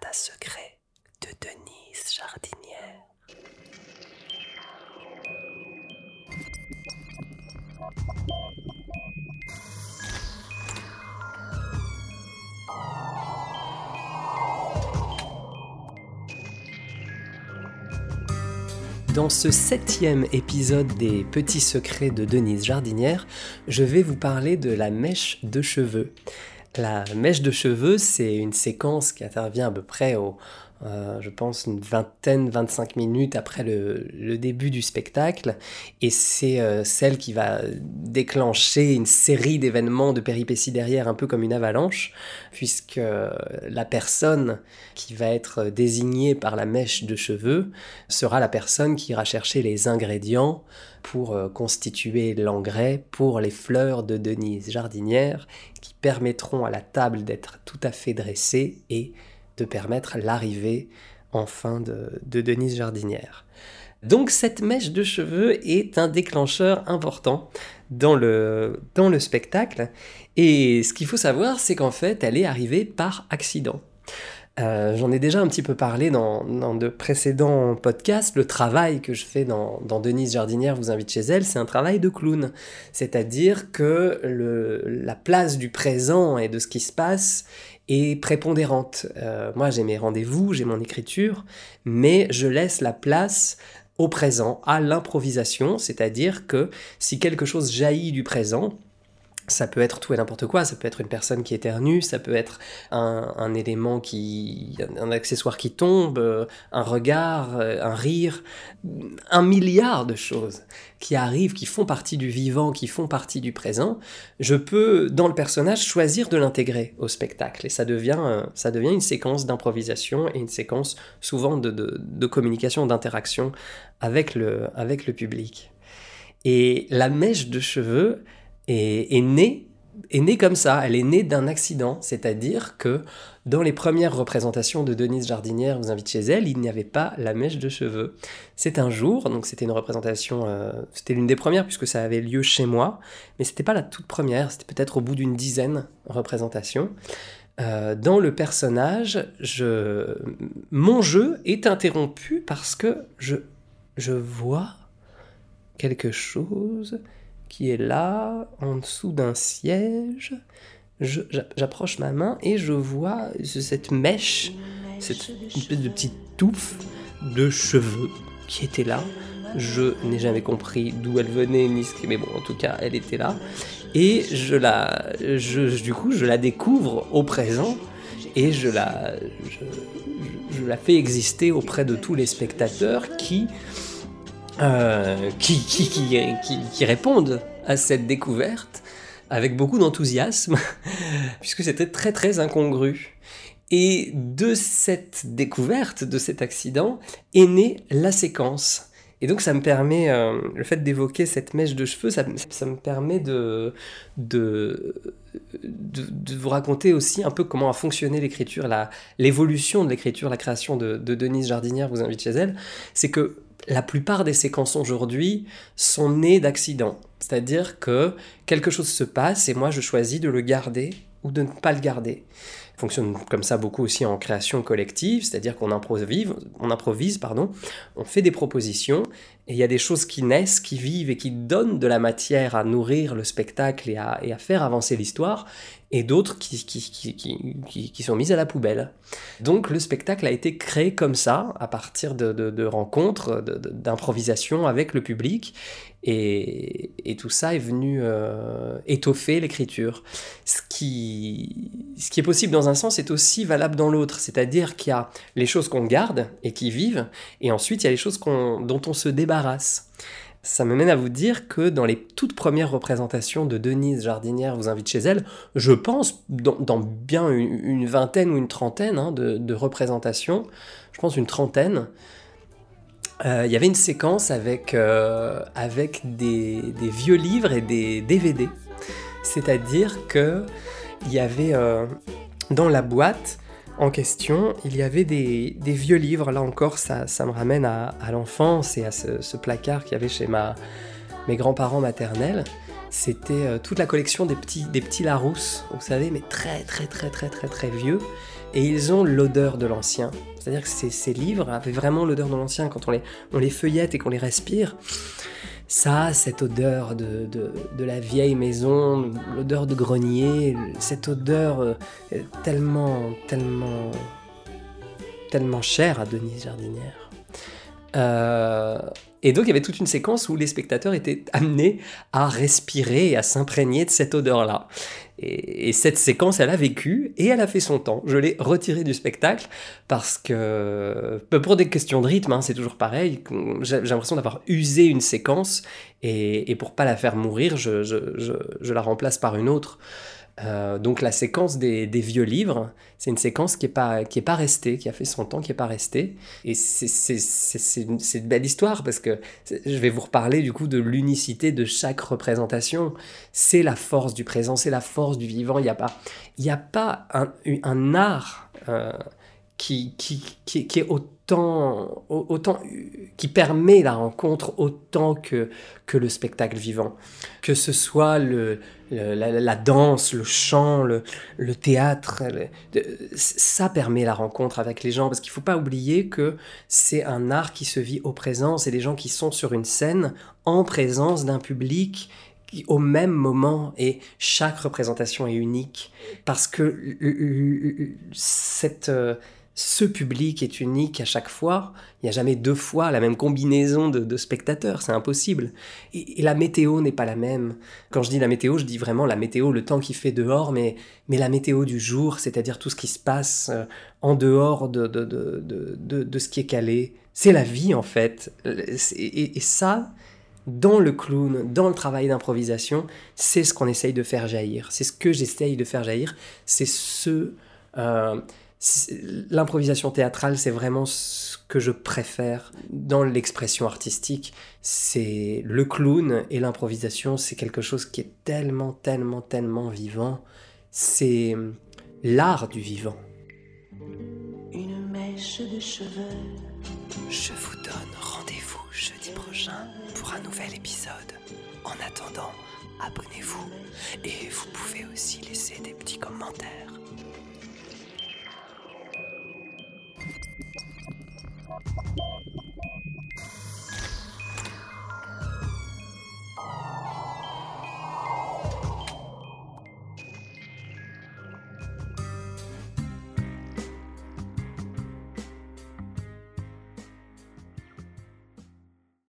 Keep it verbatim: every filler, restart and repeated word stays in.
l'agenda secret de Denise Jardinière. Dans ce septième épisode des Petits Secrets de Denise Jardinière, je vais vous parler de la mèche de cheveux. La mèche de cheveux, c'est une séquence qui intervient à peu près au, euh, je pense, une vingtaine, vingt-cinq minutes après le, le début du spectacle. Et c'est euh, celle qui va déclencher une série d'événements, de péripéties derrière, un peu comme une avalanche, puisque euh, la personne qui va être désignée par la mèche de cheveux sera la personne qui ira chercher les ingrédients pour euh, constituer l'engrais pour les fleurs de Denise Jardinière, qui permettront à la table d'être tout à fait dressée et de permettre l'arrivée enfin de, de Denise Jardinière. Donc cette mèche de cheveux est un déclencheur important dans le, dans le spectacle, et ce qu'il faut savoir, c'est qu'en fait, elle est arrivée par accident. Euh, j'en ai déjà un petit peu parlé dans, dans de précédents podcasts. Le travail que je fais dans, dans Denise Jardinière vous invite chez elle, c'est un travail de clown. C'est-à-dire que le, la place du présent et de ce qui se passe est prépondérante. Euh, moi, j'ai mes rendez-vous, j'ai mon écriture, mais je laisse la place au présent, à l'improvisation. C'est-à-dire que si quelque chose jaillit du présent, ça peut être tout et n'importe quoi, ça peut être une personne qui éternue, ça peut être un, un élément qui... un accessoire qui tombe, un regard, un rire, un milliard de choses qui arrivent, qui font partie du vivant, qui font partie du présent. Je peux, dans le personnage, choisir de l'intégrer au spectacle, et ça devient, ça devient une séquence d'improvisation et une séquence souvent de, de, de communication, d'interaction avec le, avec le public. Et la mèche de cheveux est, est, née, est née comme ça, elle est née d'un accident, c'est-à-dire que dans les premières représentations de Denise Jardinière vous invite chez elle, il n'y avait pas la mèche de cheveux. C'est un jour, donc c'était une représentation, euh, c'était l'une des premières puisque ça avait lieu chez moi, mais c'était pas la toute première, c'était peut-être au bout d'une dizaine de représentations. Euh, dans le personnage, je... mon jeu est interrompu parce que je, je vois quelque chose qui est là, en dessous d'un siège. Je, j'approche ma main et je vois cette mèche, cette espèce de petite touffe de cheveux qui était là. Je n'ai jamais compris d'où elle venait, ni ce que... mais bon, en tout cas, elle était là. Et je la, je, du coup, je la découvre au présent et je la, je, je la fais exister auprès de tous les spectateurs qui... Euh, qui, qui, qui, qui, qui répondent à cette découverte avec beaucoup d'enthousiasme, puisque c'était très très incongru. Et de cette découverte, de cet accident, est née la séquence. Et donc ça me permet, euh, le fait d'évoquer cette mèche de cheveux, ça, ça me permet de, de, de, de vous raconter aussi un peu comment a fonctionné l'écriture, la, l'évolution de l'écriture, la création de, de Denise Jardinière vous invite chez elle. C'est que la plupart des séquences aujourd'hui sont nées d'accidents. C'est-à-dire que quelque chose se passe et moi je choisis de le garder ou de ne pas le garder. Ça fonctionne comme ça beaucoup aussi en création collective, c'est-à-dire qu'on improvise, on improvise, pardon, on fait des propositions et il y a des choses qui naissent, qui vivent et qui donnent de la matière à nourrir le spectacle et à, et à faire avancer l'histoire, et d'autres qui, qui, qui, qui, qui, qui sont mises à la poubelle. Donc le spectacle a été créé comme ça, à partir de, de, de rencontres, de, de, d'improvisation avec le public, et, et tout ça est venu euh, étoffer l'écriture. Ce qui, ce qui est possible dans un sens est aussi valable dans l'autre, c'est-à-dire qu'il y a les choses qu'on garde et qui vivent, et ensuite il y a les choses qu'on, dont on se débarrasse. Ça me mène à vous dire que dans les toutes premières représentations de Denise Jardinière vous invite chez elle, je pense dans, dans bien une, une vingtaine ou une trentaine hein, de, de représentations, je pense une trentaine, euh, il y avait une séquence avec, euh, avec des, des vieux livres et des D V D. C'est-à-dire qu'il y avait euh, dans la boîte en question, il y avait des, des vieux livres. Là encore, ça, ça me ramène à, à l'enfance et à ce, ce placard qu'il y avait chez ma, mes grands-parents maternels. C'était euh, toute la collection des petits, des petits Larousse, vous savez, mais très très très très très très vieux. Et ils ont l'odeur de l'ancien. C'est-à-dire que ces, ces livres avaient vraiment l'odeur de l'ancien. Quand on les, on les feuillette et qu'on les respire, ça a cette odeur de, de, de la vieille maison, l'odeur de grenier, cette odeur euh, tellement, tellement, tellement chère à Denise Jardinière. Euh, et donc il y avait toute une séquence où les spectateurs étaient amenés à respirer et à s'imprégner de cette odeur-là. Et, et cette séquence, elle a vécu et elle a fait son temps. Je l'ai retirée du spectacle parce que, pour des questions de rythme, hein, c'est toujours pareil, j'ai, j'ai l'impression d'avoir usé une séquence et, et pour pas la faire mourir, je, je, je, je la remplace par une autre. Euh, donc la séquence des, des vieux livres, c'est une séquence qui n'est pas, qui est pas restée, qui a fait son temps, qui n'est pas restée. Et c'est, c'est, c'est, c'est, une, c'est une belle histoire parce que je vais vous reparler du coup de l'unicité de chaque représentation. C'est la force du présent, c'est la force du vivant. Il n'y a pas, il y a pas un, un art euh, qui, qui, qui, qui est autant, autant, qui permet la rencontre autant que, que le spectacle vivant. Que ce soit le, le, la, la danse, le chant, le, le théâtre, le, ça permet la rencontre avec les gens, parce qu'il ne faut pas oublier que c'est un art qui se vit au présent, c'est des gens qui sont sur une scène en présence d'un public au même moment, et chaque représentation est unique, parce que cette... ce public est unique à chaque fois. Il n'y a jamais deux fois la même combinaison de, de spectateurs, c'est impossible. Et, et la météo n'est pas la même. Quand je dis la météo, je dis vraiment la météo, le temps qu'il fait dehors, mais, mais la météo du jour, c'est-à-dire tout ce qui se passe euh, en dehors de, de, de, de, de, de ce qui est calé. C'est la vie, en fait. Et, et ça, dans le clown, dans le travail d'improvisation, c'est ce qu'on essaye de faire jaillir. C'est ce que j'essaye de faire jaillir. C'est ce... Euh, L'improvisation théâtrale, c'est vraiment ce que je préfère dans l'expression artistique. C'est le clown et l'improvisation, c'est quelque chose qui est tellement, tellement, tellement vivant. C'est l'art du vivant. Une mèche de cheveux. Je vous donne rendez-vous jeudi prochain pour un nouvel épisode. En attendant, abonnez-vous et vous pouvez aussi laisser des petits commentaires.